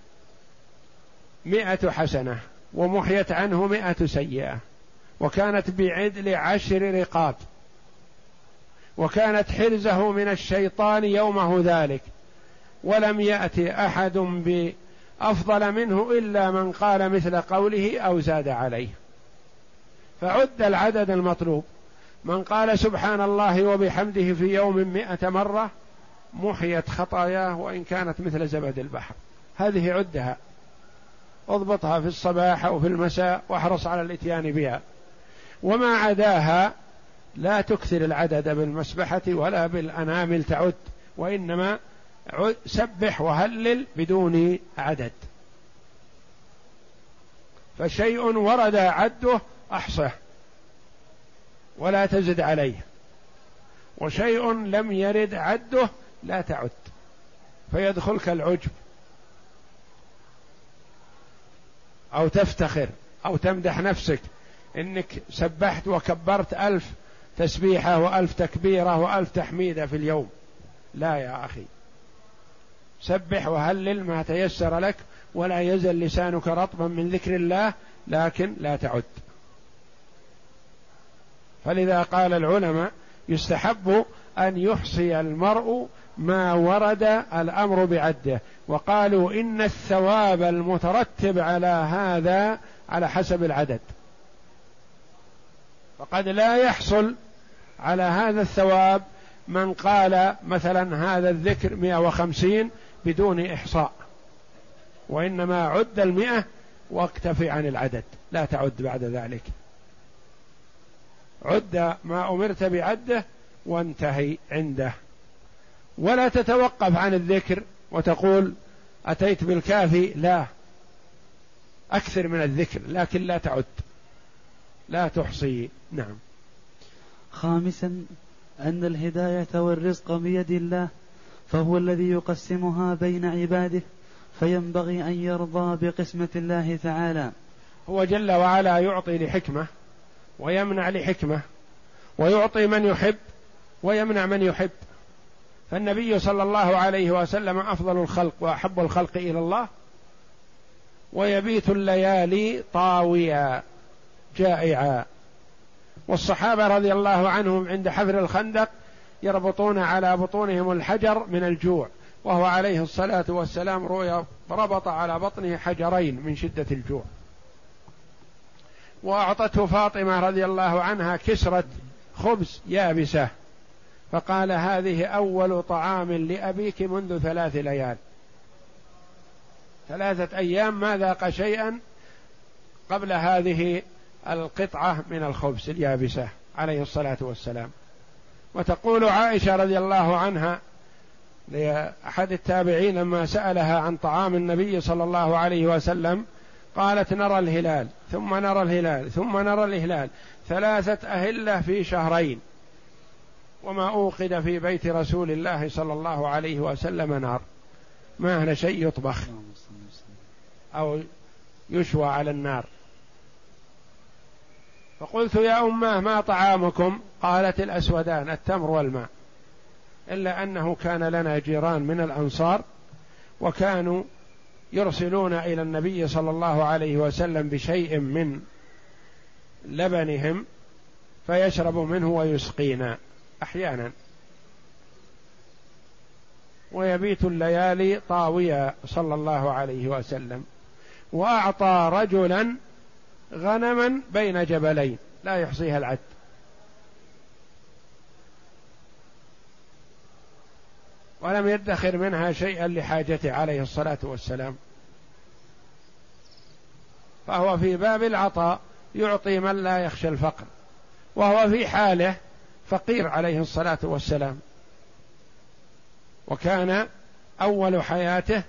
مئة حسنة ومحيت عنه مئة سيئة، وكانت بعدل عشر رقاب، وكانت حرزه من الشيطان يومه ذلك، ولم يأتي أحد بأفضل منه إلا من قال مثل قوله أو زاد عليه. فعد العدد المطلوب. من قال سبحان الله وبحمده في يوم مئة مرة محيت خطاياه وإن كانت مثل زبد البحر. هذه عدها، اضبطها في الصباح أو في المساء واحرص على الاتيان بها. وما عداها لا تكثر العدد بالمسبحة ولا بالأنامل تعد، وإنما سبح وهلل بدون عدد. فشيء ورد عده أحصه ولا تزد عليه، وشيء لم يرد عده لا تعد، فيدخلك العجب أو تفتخر أو تمدح نفسك إنك سبحت وكبرت ألف تسبيحة وألف تكبيرة وألف تحميدة في اليوم. لا يا أخي، سبح وهلل ما تيسر لك، ولا يزل لسانك رطبا من ذكر الله، لكن لا تعد. فلذا قال العلماء: يستحب أن يحصي المرء ما ورد الأمر بعده، وقالوا إن الثواب المترتب على هذا على حسب العدد، فقد لا يحصل على هذا الثواب من قال مثلا هذا الذكر مئة وخمسين بدون إحصاء، وإنما عد المئة واكتفي عن العدد، لا تعد بعد ذلك، عد ما أمرت بعده وانتهي عنده. ولا تتوقف عن الذكر وتقول أتيت بالكافي، لا، أكثر من الذكر لكن لا تعد، لا تحصي. نعم. خامسا أن الهداية والرزق بيد الله، فهو الذي يقسمها بين عباده، فينبغي أن يرضى بقسمة الله تعالى. هو جل وعلا يعطي لحكمة ويمنع لحكمة، ويعطي من يحب ويمنع من يحب. فالنبي صلى الله عليه وسلم أفضل الخلق وأحب الخلق إلى الله، ويبيت الليالي طاويا جائعا، والصحابة رضي الله عنهم عند حفر الخندق يربطون على بطونهم الحجر من الجوع، وهو عليه الصلاة والسلام رؤيا ربط على بطنه حجرين من شدة الجوع. وأعطته فاطمة رضي الله عنها كسرة خبز يابسة، فقال: هذه أول طعام لأبيك منذ ثلاث ليال، ثلاثة أيام ما ذاق شيئا قبل هذه القطعة من الخبز اليابسة عليه الصلاة والسلام. وتقول عائشة رضي الله عنها لأحد التابعين لما سألها عن طعام النبي صلى الله عليه وسلم، قالت: نرى الهلال ثم نرى الهلال ثم نرى الهلال، ثلاثة أهلة في شهرين، وما أوقد في بيت رسول الله صلى الله عليه وسلم نار، ما هنا شيء يطبخ أو يشوى على النار. فقلت: يا أماه ما طعامكم؟ قالت: الأسودان، التمر والماء، إلا أنه كان لنا جيران من الأنصار وكانوا يرسلون إلى النبي صلى الله عليه وسلم بشيء من لبنهم فيشرب منه ويسقينا أحيانا. ويبيت الليالي طاويا صلى الله عليه وسلم. وأعطى رجلا غنما بين جبلين لا يحصيها العد، ولم يدخر منها شيئا لحاجته عليه الصلاة والسلام. فهو في باب العطاء يعطي من لا يخشى الفقر، وهو في حاله فقير عليه الصلاة والسلام، وكان أول حياته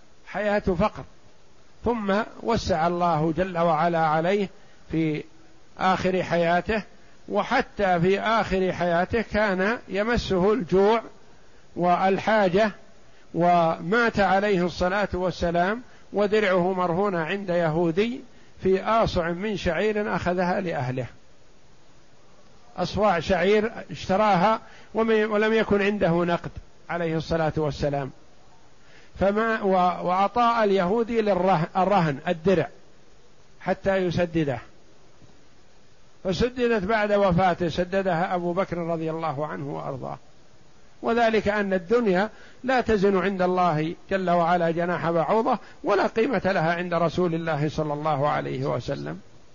حياة فقر، ثم وسع الله جل وعلا عليه في آخر حياته، وحتى في آخر حياته كان يمسه الجوع والحاجة، ومات عليه الصلاة والسلام ودرعه مرهونة عند يهودي في آصع من شعير أخذها لأهله، أصواع شعير اشتراها ولم يكن عنده نقد عليه الصلاة والسلام، فما وأعطى اليهودي للرهن الدرع حتى يسدده، فسددت بعد وفاته، سددها أبو بكر رضي الله عنه وأرضاه. وذلك أن الدنيا لا تزن عند الله جل وعلا جناح بعوضة، ولا قيمة لها عند رسول الله صلى الله عليه وسلم.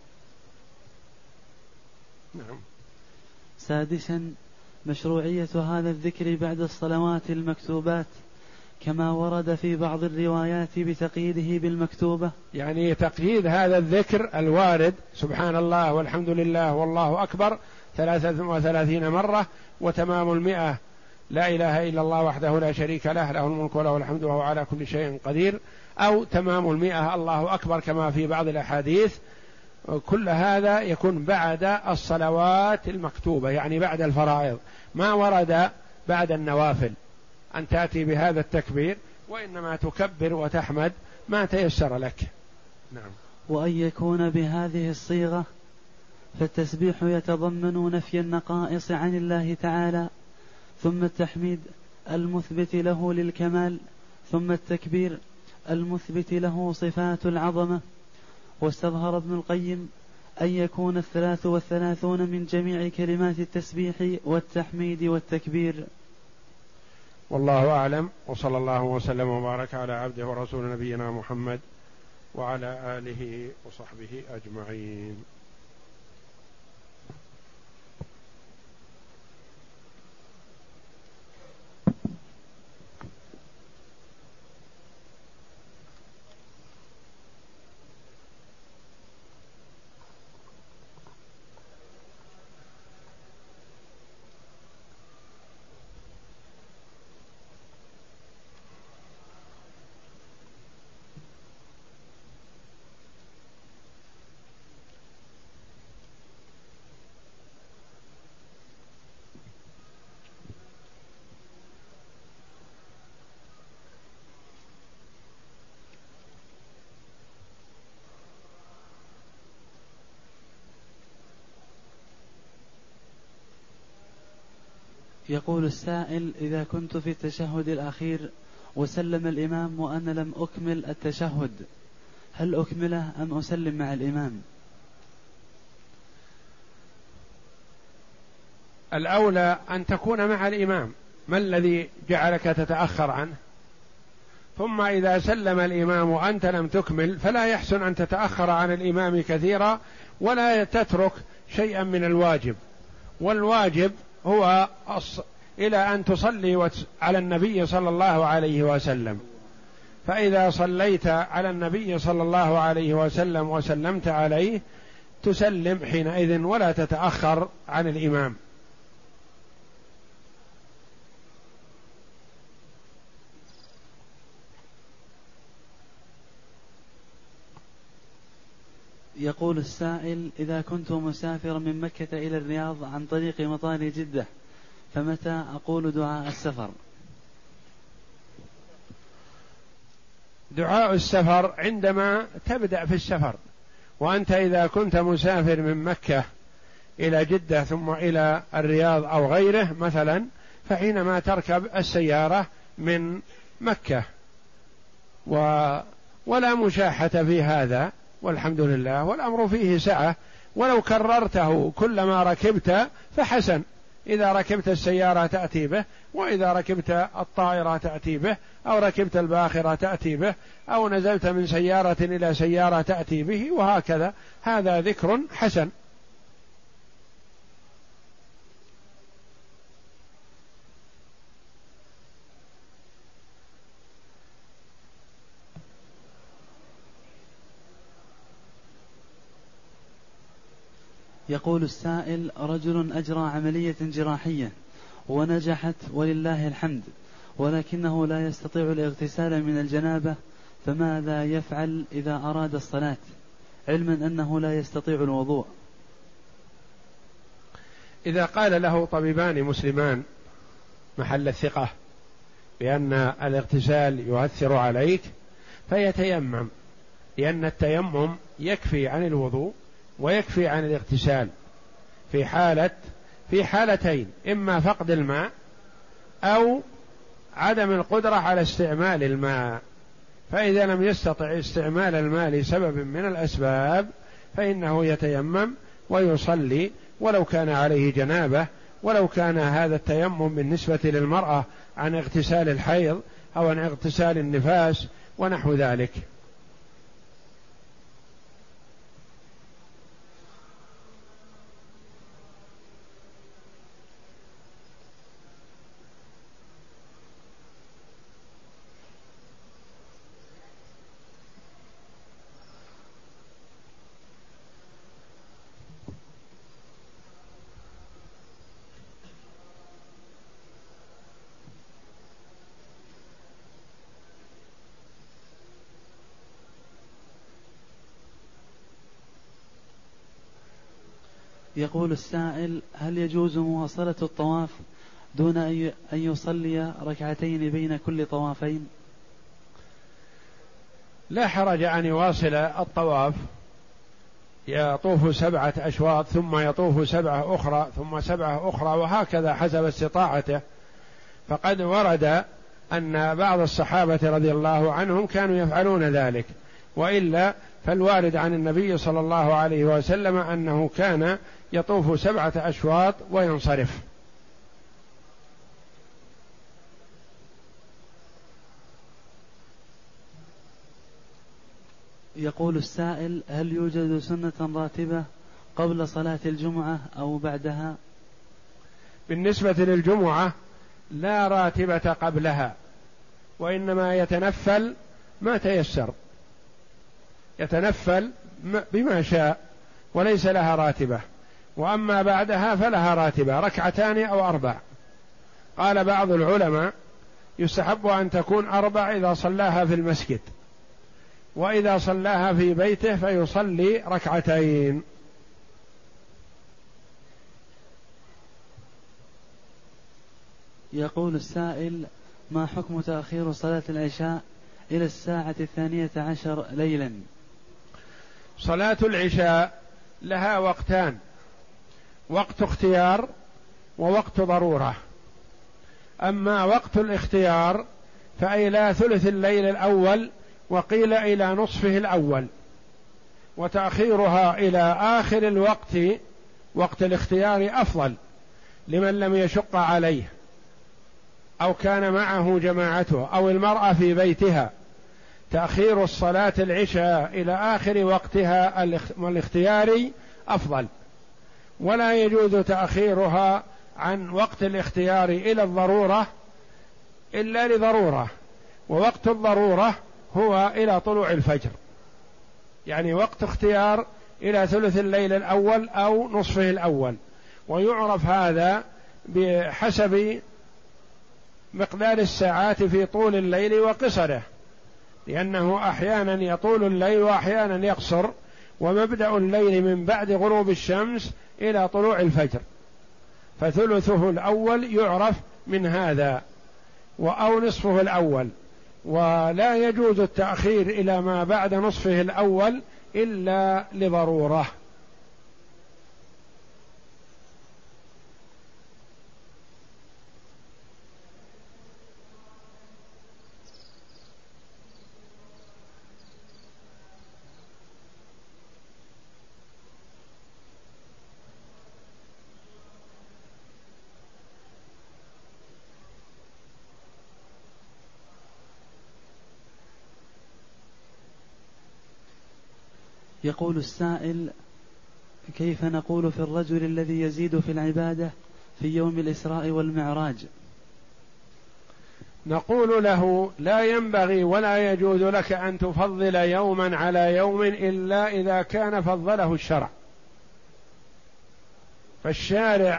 نعم. سادسا مشروعية هذا الذكر بعد الصلوات المكتوبات، كما ورد في بعض الروايات بتقييده بالمكتوبة. يعني تقييد هذا الذكر الوارد سبحان الله والحمد لله والله أكبر ثلاثة وثلاثين مرة، وتمام المئة لا إله إلا الله وحده لا شريك له له الملك وله الحمد وهو على كل شيء قدير، أو تمام المئة الله أكبر كما في بعض الأحاديث. كل هذا يكون بعد الصلوات المكتوبة، يعني بعد الفرائض، ما ورد بعد النوافل أن تأتي بهذا التكبير، وإنما تكبر وتحمد ما تيسر لك. نعم. وأن يكون بهذه الصيغة، فالتسبيح يتضمن نفي النقائص عن الله تعالى، ثم التحميد المثبت له للكمال، ثم التكبير المثبت له صفات العظمة. واستظهر ابن القيم أن يكون الثلاث والثلاثون من جميع كلمات التسبيح والتحميد والتكبير. والله أعلم، وصلى الله وسلم وبارك على عبده ورسول نبينا محمد وعلى آله وصحبه أجمعين. يقول السائل: إذا كنت في التشهد الأخير وسلم الإمام وأنا لم أكمل التشهد، هل أكمله أم أسلم مع الإمام؟ الأولى أن تكون مع الإمام، ما الذي جعلك تتأخر عنه؟ ثم إذا سلم الإمام وأنت لم تكمل فلا يحسن أن تتأخر عن الإمام كثيرا، ولا تترك شيئا من الواجب، والواجب هو إلى أن تصلي على النبي صلى الله عليه وسلم. فإذا صليت على النبي صلى الله عليه وسلم وسلمت عليه تسلم حينئذ ولا تتأخر عن الإمام. يقول السائل: إذا كنت مسافرا من مكة إلى الرياض عن طريق مطار جدة، فمتى أقول دعاء السفر؟ دعاء السفر عندما تبدأ في السفر، وأنت إذا كنت مسافر من مكة إلى جدة ثم إلى الرياض أو غيره مثلا، فحينما تركب السيارة من مكة و ولا مشاحة في هذا، والحمد لله، والأمر فيه سعة. ولو كررته كلما ركبت فحسن، إذا ركبت السيارة تأتي به، وإذا ركبت الطائرة تأتي به، أو ركبت الباخرة تأتي به، أو نزلت من سيارة إلى سيارة تأتي به، وهكذا، هذا ذكر حسن. يقول السائل: رجل أجرى عملية جراحية ونجحت ولله الحمد، ولكنه لا يستطيع الاغتسال من الجنابة، فماذا يفعل إذا أراد الصلاة، علما أنه لا يستطيع الوضوء؟ إذا قال له طبيبان مسلمان محل الثقة بأن الاغتسال يؤثر عليك فيتيمم، لأن التيمم يكفي عن الوضوء ويكفي عن الاغتسال في حالة في حالتين، إما فقد الماء أو عدم القدرة على استعمال الماء. فإذا لم يستطع استعمال الماء لسبب من الأسباب فإنه يتيمم ويصلي، ولو كان عليه جنابة، ولو كان هذا التيمم بالنسبة للمرأة عن اغتسال الحيض أو عن اغتسال النفاس ونحو ذلك. يقول السائل: هل يجوز مواصلة الطواف دون أن يصلي ركعتين بين كل طوافين؟ لا حرج أن يواصل الطواف، يطوف سبعة أشواط ثم يطوف سبعة أخرى ثم سبعة أخرى وهكذا حسب استطاعته. فقد ورد أن بعض الصحابة رضي الله عنهم كانوا يفعلون ذلك، وإلا فالوارد عن النبي صلى الله عليه وسلم أنه كان يطوف سبعة أشواط وينصرف. يقول السائل: هل يوجد سنة راتبة قبل صلاة الجمعة أو بعدها؟ بالنسبة للجمعة لا راتبة قبلها، وإنما يتنفل ما تيسر، يتنفل بما شاء وليس لها راتبة. وأما بعدها فلها راتبة، ركعتان أو أربع. قال بعض العلماء: يستحب أن تكون أربع إذا صلاها في المسجد، وإذا صلاها في بيته فيصلي ركعتين. يقول السائل: ما حكم تأخير صلاة العشاء إلى الساعة الثانية عشر ليلا؟ صلاة العشاء لها وقتان: وقت اختيار ووقت ضرورة. أما وقت الاختيار فإلى ثلث الليل الأول، وقيل إلى نصفه الأول، وتأخيرها إلى آخر الوقت وقت الاختيار أفضل لمن لم يشق عليه أو كان معه جماعته أو المرأة في بيتها. تأخير الصلاة العشاء إلى آخر وقتها الاختياري أفضل، ولا يجوز تأخيرها عن وقت الاختيار إلى الضرورة إلا لضرورة، ووقت الضرورة هو إلى طلوع الفجر، يعني وقت اختيار إلى ثلث الليل الأول أو نصفه الأول. ويعرف هذا بحسب مقدار الساعات في طول الليل وقصره، لأنه أحيانا يطول الليل وأحيانا يقصر، ومبدأ الليل من بعد غروب الشمس إلى طلوع الفجر، فثلثه الأول يعرف من هذا أو نصفه الأول. ولا يجوز التأخير إلى ما بعد نصفه الأول إلا لضرورة. يقول السائل: كيف نقول في الرجل الذي يزيد في العبادة في يوم الإسراء والمعراج؟ نقول له: لا ينبغي ولا يجوز لك أن تفضل يوما على يوم إلا إذا كان فضله الشرع. فالشارع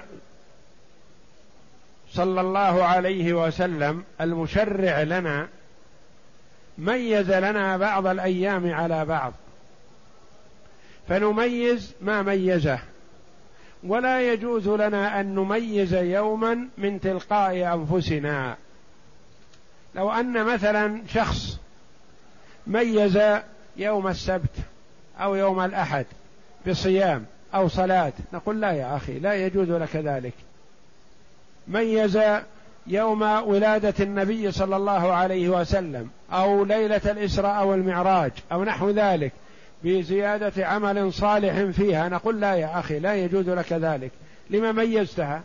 صلى الله عليه وسلم المشرع لنا ميز لنا بعض الأيام على بعض، فنميز ما ميزه، ولا يجوز لنا أن نميز يوما من تلقاء أنفسنا. لو أن مثلا شخص ميز يوم السبت أو يوم الأحد بصيام أو صلاة، نقول لا يا أخي، لا يجوز لك ذلك. ميز يوم ولادة النبي صلى الله عليه وسلم أو ليلة الإسراء أو المعراج أو نحو ذلك بزيادة عمل صالح فيها، نقول لا يا أخي، لا يجوز لك ذلك. لما ميزتها؟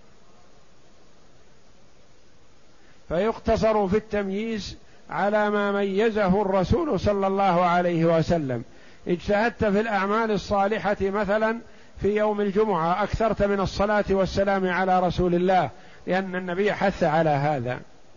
فيقتصر في التمييز على ما ميزه الرسول صلى الله عليه وسلم. اجتهدت في الأعمال الصالحة مثلا في يوم الجمعة، أكثرت من الصلاة والسلام على رسول الله لأن النبي حث على هذا.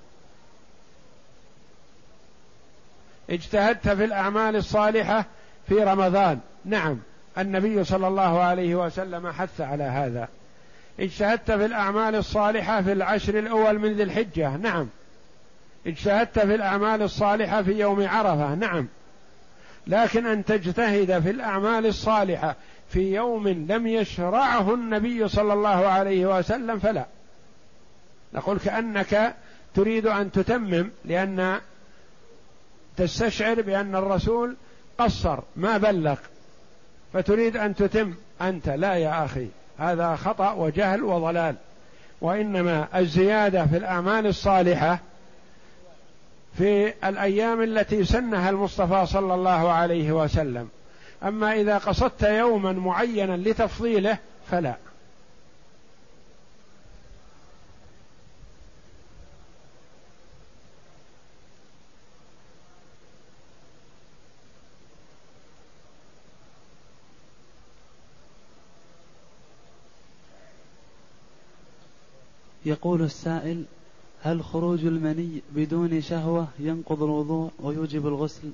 اجتهدت في الأعمال الصالحة في رمضان، نعم النبي صلى الله عليه وسلم حث على هذا. اجتهدت في الأعمال الصالحة في العشر الأول من ذي الحجة، نعم. اجتهدت في الأعمال الصالحة في يوم عرفة، نعم. لكن أن تجتهد في الأعمال الصالحة في يوم لم يشرعه النبي صلى الله عليه وسلم فلا. نقول كأنك تريد أن تتمم، لأن تستشعر بأن الرسول قصر ما بلغ، فتريد أن تتم أنت. لا يا أخي، هذا خطأ وجهل وضلال. وإنما الزيادة في الأعمال الصالحة في الأيام التي سنها المصطفى صلى الله عليه وسلم. أما إذا قصدت يوما معينا لتفضيله فلا. يقول السائل: هل خروج المني بدون شهوة ينقض الوضوء ويوجب الغسل؟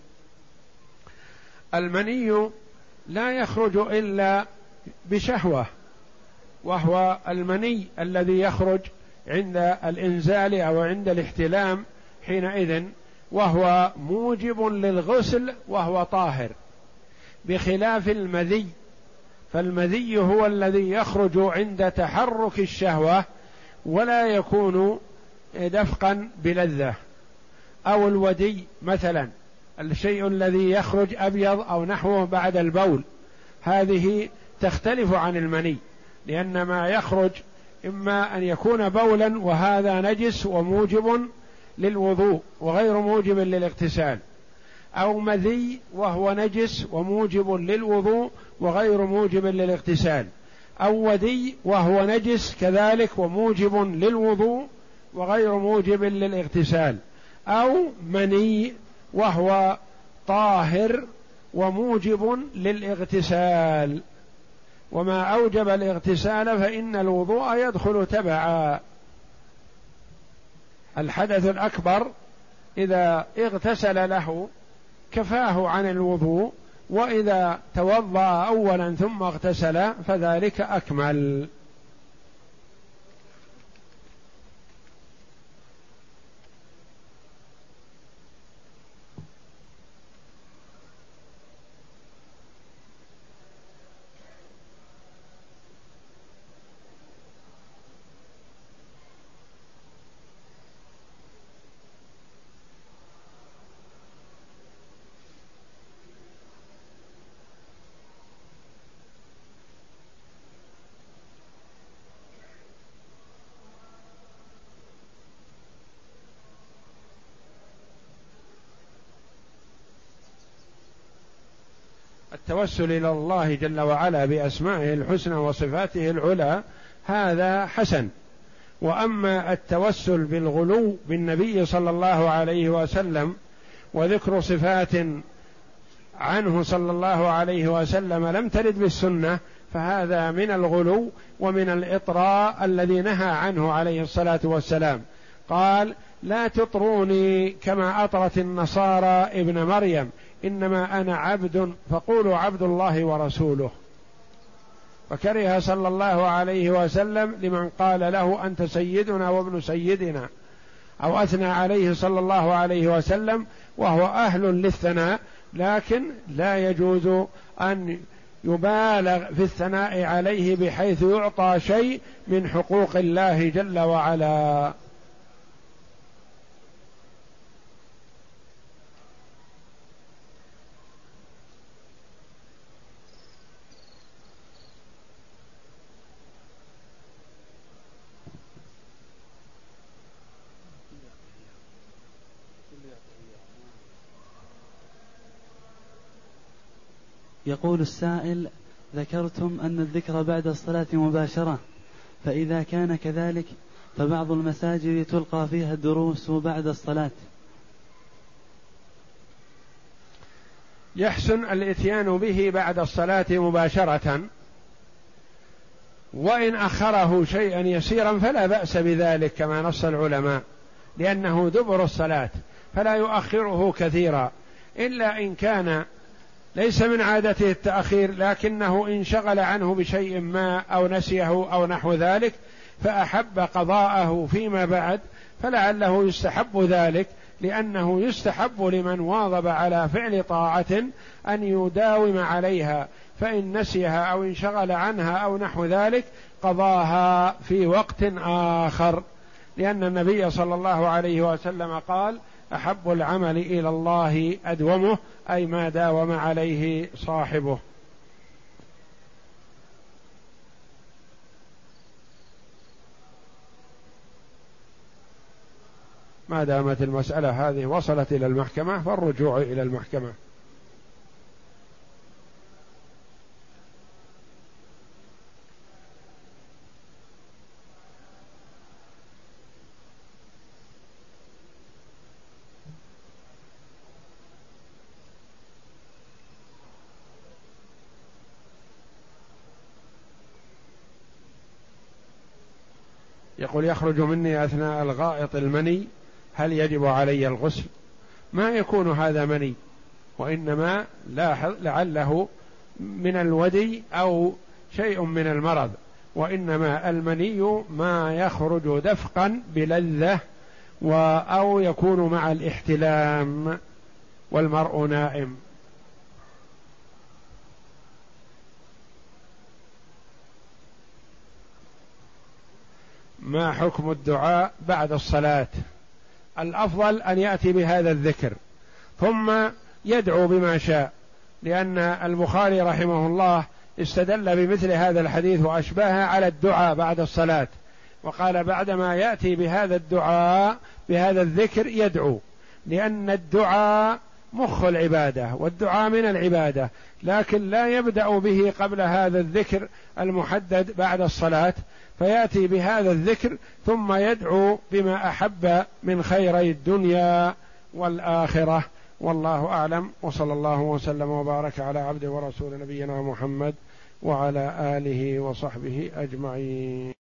المني لا يخرج إلا بشهوة، وهو المني الذي يخرج عند الإنزال أو عند الاحتلام حينئذ، وهو موجب للغسل وهو طاهر، بخلاف المذي. فالمذي هو الذي يخرج عند تحرك الشهوة ولا يكون دفقا بلذة. أو الودي مثلا، الشيء الذي يخرج أبيض أو نحوه بعد البول، هذه تختلف عن المني، لأن ما يخرج إما أن يكون بولا وهذا نجس وموجب للوضوء وغير موجب للاغتسال، أو مذي وهو نجس وموجب للوضوء وغير موجب للاغتسال، أو ودي وهو نجس كذلك وموجب للوضوء وغير موجب للاغتسال، أو مني وهو طاهر وموجب للاغتسال. وما أوجب الاغتسال فإن الوضوء يدخل تبعا. الحدث الأكبر إذا اغتسل له كفاه عن الوضوء، وإذا توضأ أولا ثم اغتسل فذلك أكمل. التوسل إلى الله جل وعلا بأسمائه الحسنى وصفاته العلى هذا حسن. وأما التوسل بالغلو بالنبي صلى الله عليه وسلم وذكر صفات عنه صلى الله عليه وسلم لم ترد بالسنة، فهذا من الغلو ومن الإطراء الذي نهى عنه عليه الصلاة والسلام. قال: لا تطروني كما أطرت النصارى ابن مريم، إنما أنا عبد فقولوا عبد الله ورسوله. فكره صلى الله عليه وسلم لمن قال له أنت سيدنا وابن سيدنا، أو أثنى عليه صلى الله عليه وسلم وهو أهل للثناء، لكن لا يجوز أن يبالغ في الثناء عليه بحيث يعطى شيء من حقوق الله جل وعلا. يقول السائل: ذكرتم أن الذكر بعد الصلاة مباشرة، فإذا كان كذلك فبعض المساجد تلقى فيها الدروس بعد الصلاة. يحسن الإتيان به بعد الصلاة مباشرة، وإن أخره شيئا يسيرا فلا بأس بذلك كما نص العلماء، لأنه دبر الصلاة فلا يؤخره كثيرا، إلا إن كان ليس من عادته التأخير لكنه انشغل عنه بشيء ما أو نسيه أو نحو ذلك فأحب قضاءه فيما بعد، فلعله يستحب ذلك، لأنه يستحب لمن واظب على فعل طاعة أن يداوم عليها، فإن نسيها أو انشغل عنها أو نحو ذلك قضاها في وقت آخر، لأن النبي صلى الله عليه وسلم قال: أحب العمل إلى الله أدومه، أي ما داوم عليه صاحبه. ما دامت المسألة هذه وصلت إلى المحكمة فالرجوع إلى المحكمة. يقول: يخرج مني أثناء الغائط المني، هل يجب علي الغسل؟ ما يكون هذا مني، وإنما لعله من الودي أو شيء من المرض، وإنما المني ما يخرج دفقا بلذة أو يكون مع الاحتلام والمرء نائم. ما حكم الدعاء بعد الصلاة؟ الأفضل أن يأتي بهذا الذكر ثم يدعو بما شاء، لأن البخاري رحمه الله استدل بمثل هذا الحديث وأشباهه على الدعاء بعد الصلاة، وقال: بعدما يأتي بهذا الدعاء بهذا الذكر يدعو، لأن الدعاء مخ العبادة والدعاء من العبادة، لكن لا يبدأ به قبل هذا الذكر المحدد بعد الصلاة، فيأتي بهذا الذكر ثم يدعو بما أحب من خيري الدنيا والآخرة، والله أعلم. وصلى الله وسلم وبارك على عبده ورسول نبينا محمد وعلى آله وصحبه أجمعين.